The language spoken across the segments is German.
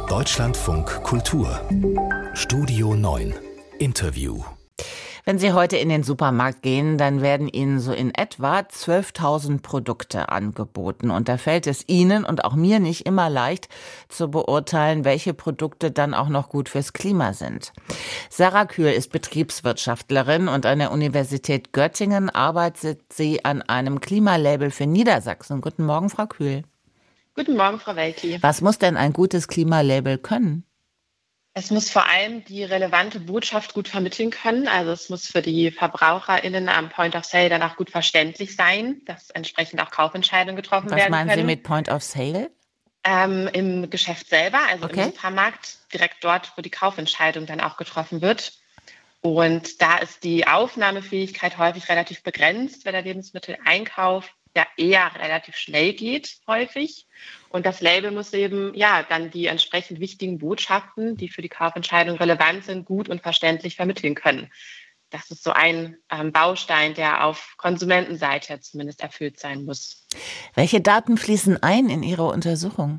Deutschlandfunk Kultur Studio 9 Interview. Wenn Sie heute in den Supermarkt gehen, dann werden Ihnen so in etwa 12.000 Produkte angeboten. Und da fällt es Ihnen und auch mir nicht immer leicht zu beurteilen, welche Produkte dann auch noch gut fürs Klima sind. Sarah Kühl ist Betriebswirtschaftlerin und an der Universität Göttingen arbeitet sie an einem Klimalabel für Niedersachsen. Guten Morgen, Frau Kühl. Guten Morgen, Frau Welki. Was muss denn ein gutes Klimalabel können? Es muss vor allem die relevante Botschaft gut vermitteln können. Also es muss für die VerbraucherInnen am Point of Sale danach gut verständlich sein, dass entsprechend auch Kaufentscheidungen getroffen werden können. Was meinen Sie mit Point of Sale? Im Geschäft selber, also im Supermarkt, direkt dort, wo die Kaufentscheidung dann auch getroffen wird. Und da ist die Aufnahmefähigkeit häufig relativ begrenzt, wenn der Lebensmitteleinkauf ja eher relativ schnell geht, häufig. Und das Label muss eben dann die entsprechend wichtigen Botschaften, die für die Kaufentscheidung relevant sind, gut und verständlich vermitteln können. Das ist so ein Baustein, der auf Konsumentenseite zumindest erfüllt sein muss. Welche Daten fließen ein in Ihre Untersuchung?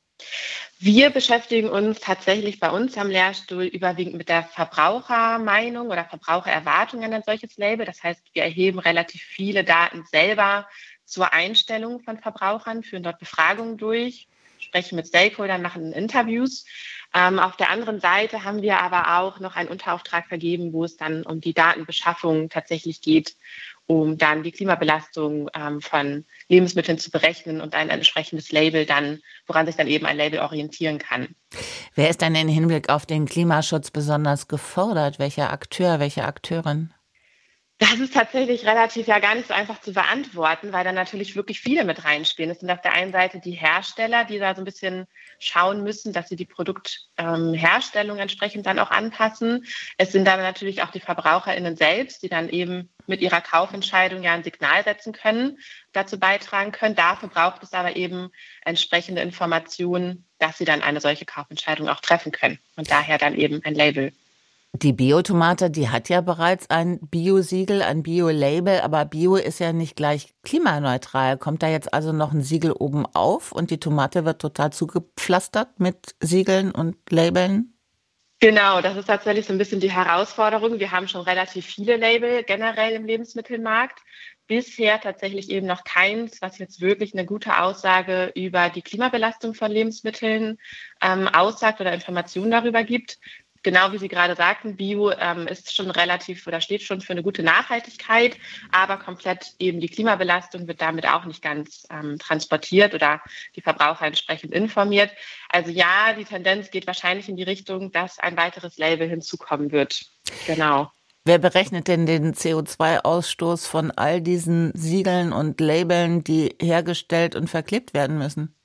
Wir beschäftigen uns tatsächlich bei uns am Lehrstuhl überwiegend mit der Verbrauchermeinung oder Verbrauchererwartung an ein solches Label. Das heißt, wir erheben relativ viele Daten selber zur Einstellung von Verbrauchern, führen dort Befragungen durch, sprechen mit Stakeholdern, machen Interviews. Auf der anderen Seite haben wir aber auch noch einen Unterauftrag vergeben, wo es dann um die Datenbeschaffung tatsächlich geht, um dann die Klimabelastung von Lebensmitteln zu berechnen und ein entsprechendes Label dann, woran sich dann eben ein Label orientieren kann. Wer ist denn im Hinblick auf den Klimaschutz besonders gefordert? Welcher Akteur, welche Akteurin? Das ist tatsächlich relativ gar nicht so einfach zu beantworten, weil da natürlich wirklich viele mit reinspielen. Es sind auf der einen Seite die Hersteller, die da so ein bisschen schauen müssen, dass sie die Produktherstellung entsprechend dann auch anpassen. Es sind aber natürlich auch die VerbraucherInnen selbst, die dann eben mit ihrer Kaufentscheidung ein Signal setzen können, dazu beitragen können. Dafür braucht es aber eben entsprechende Informationen, dass sie dann eine solche Kaufentscheidung auch treffen können. Und daher dann eben ein Label. Die Biotomate, die hat ja bereits ein Bio-Siegel, ein Bio-Label, aber Bio ist ja nicht gleich klimaneutral. Kommt da jetzt also noch ein Siegel oben auf und die Tomate wird total zugepflastert mit Siegeln und Labeln? Genau, das ist tatsächlich so ein bisschen die Herausforderung. Wir haben schon relativ viele Label generell im Lebensmittelmarkt. Bisher tatsächlich eben noch keins, was jetzt wirklich eine gute Aussage über die Klimabelastung von Lebensmitteln aussagt oder Informationen darüber gibt. Genau wie Sie gerade sagten, Bio ist schon relativ oder steht schon für eine gute Nachhaltigkeit, aber komplett eben die Klimabelastung wird damit auch nicht ganz transportiert oder die Verbraucher entsprechend informiert. Also ja, die Tendenz geht wahrscheinlich in die Richtung, dass ein weiteres Label hinzukommen wird. Genau. Wer berechnet denn den CO2-Ausstoß von all diesen Siegeln und Labeln, die hergestellt und verklebt werden müssen?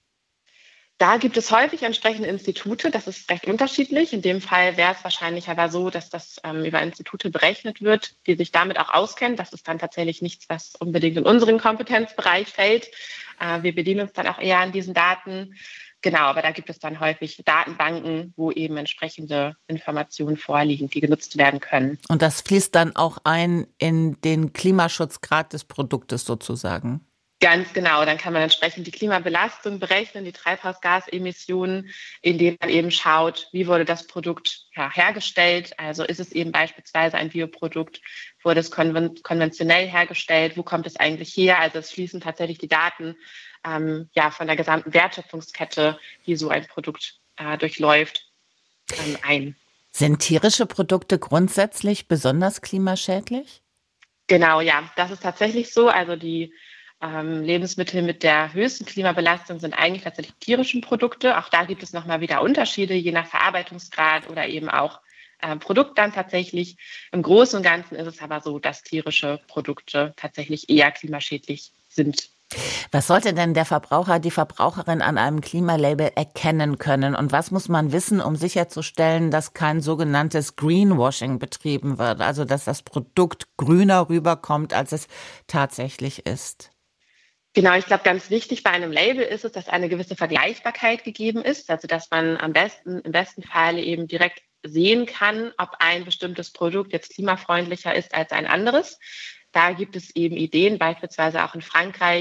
Da gibt es häufig entsprechende Institute, das ist recht unterschiedlich. In dem Fall wäre es wahrscheinlich aber so, dass das über Institute berechnet wird, die sich damit auch auskennen. Das ist dann tatsächlich nichts, was unbedingt in unseren Kompetenzbereich fällt. Wir bedienen uns dann auch eher an diesen Daten. Genau, aber da gibt es dann häufig Datenbanken, wo eben entsprechende Informationen vorliegen, die genutzt werden können. Und das fließt dann auch ein in den Klimaschutzgrad des Produktes sozusagen? Ganz genau, dann kann man entsprechend die Klimabelastung berechnen, die Treibhausgasemissionen, indem man eben schaut, wie wurde das Produkt hergestellt. Also ist es eben beispielsweise ein Bioprodukt, wurde es konventionell hergestellt, wo kommt es eigentlich her? Also es fließen tatsächlich die Daten von der gesamten Wertschöpfungskette, die so ein Produkt durchläuft, ein. Sind tierische Produkte grundsätzlich besonders klimaschädlich? Genau, ja, das ist tatsächlich so. Also die Lebensmittel mit der höchsten Klimabelastung sind eigentlich tatsächlich tierische Produkte. Auch da gibt es nochmal wieder Unterschiede, je nach Verarbeitungsgrad oder eben auch Produkt dann tatsächlich. Im Großen und Ganzen ist es aber so, dass tierische Produkte tatsächlich eher klimaschädlich sind. Was sollte denn der Verbraucher, die Verbraucherin an einem Klimalabel erkennen können? Und was muss man wissen, um sicherzustellen, dass kein sogenanntes Greenwashing betrieben wird? Also, dass das Produkt grüner rüberkommt, als es tatsächlich ist? Genau, ich glaube, ganz wichtig bei einem Label ist es, dass eine gewisse Vergleichbarkeit gegeben ist. Also, dass man im besten Fall eben direkt sehen kann, ob ein bestimmtes Produkt jetzt klimafreundlicher ist als ein anderes. Da gibt es eben Ideen, beispielsweise auch in Frankreich,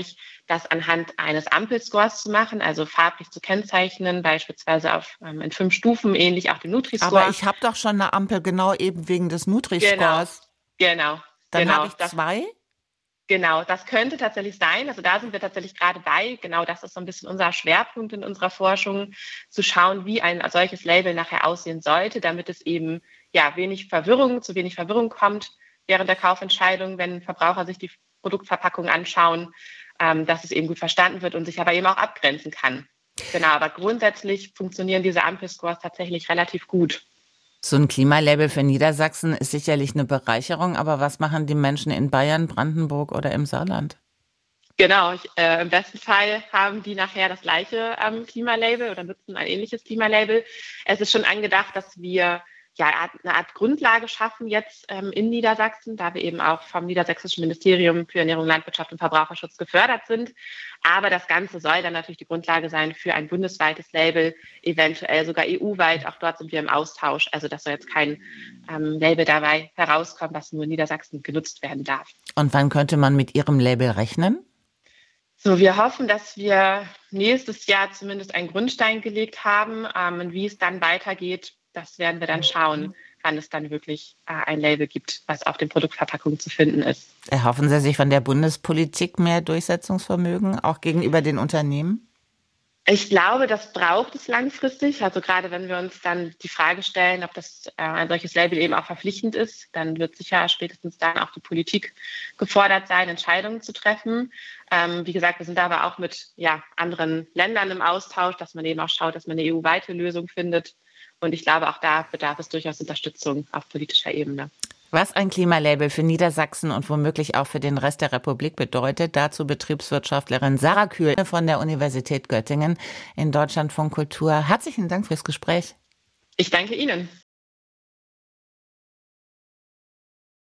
das anhand eines Ampelscores zu machen, also farblich zu kennzeichnen, beispielsweise in 5 Stufen, ähnlich auch den Nutri-Score. Aber ich habe doch schon eine Ampel, genau eben wegen des Nutri-Scores. Genau. Dann habe ich 2? Genau, das könnte tatsächlich sein. Also da sind wir tatsächlich gerade bei. Genau, das ist so ein bisschen unser Schwerpunkt in unserer Forschung, zu schauen, wie ein solches Label nachher aussehen sollte, damit es eben zu wenig Verwirrung kommt während der Kaufentscheidung, wenn Verbraucher sich die Produktverpackung anschauen, dass es eben gut verstanden wird und sich aber eben auch abgrenzen kann. Genau, aber grundsätzlich funktionieren diese Ampelscores tatsächlich relativ gut. So ein Klimalabel für Niedersachsen ist sicherlich eine Bereicherung, aber was machen die Menschen in Bayern, Brandenburg oder im Saarland? Genau, im besten Fall haben die nachher das gleiche Klimalabel oder nutzen ein ähnliches Klimalabel. Es ist schon angedacht, dass wir eine Art Grundlage schaffen jetzt in Niedersachsen, da wir eben auch vom Niedersächsischen Ministerium für Ernährung, Landwirtschaft und Verbraucherschutz gefördert sind. Aber das Ganze soll dann natürlich die Grundlage sein für ein bundesweites Label, eventuell sogar EU-weit. Auch dort sind wir im Austausch. Also dass soll jetzt kein Label dabei herauskommen, was nur in Niedersachsen genutzt werden darf. Und wann könnte man mit Ihrem Label rechnen? So, wir hoffen, dass wir nächstes Jahr zumindest einen Grundstein gelegt haben. Und wie es dann weitergeht, das werden wir dann schauen, wann es dann wirklich ein Label gibt, was auf den Produktverpackungen zu finden ist. Erhoffen Sie sich von der Bundespolitik mehr Durchsetzungsvermögen, auch gegenüber den Unternehmen? Ich glaube, das braucht es langfristig. Also gerade wenn wir uns dann die Frage stellen, ob das ein solches Label eben auch verpflichtend ist, dann wird sicher spätestens dann auch die Politik gefordert sein, Entscheidungen zu treffen. Wie gesagt, wir sind aber auch mit anderen Ländern im Austausch, dass man eben auch schaut, dass man eine EU-weite Lösung findet. Und ich glaube, auch da bedarf es durchaus Unterstützung auf politischer Ebene. Was ein Klimalabel für Niedersachsen und womöglich auch für den Rest der Republik bedeutet, dazu Betriebswirtschaftlerin Sarah Kühl von der Universität Göttingen in Deutschlandfunk Kultur. Herzlichen Dank fürs Gespräch. Ich danke Ihnen.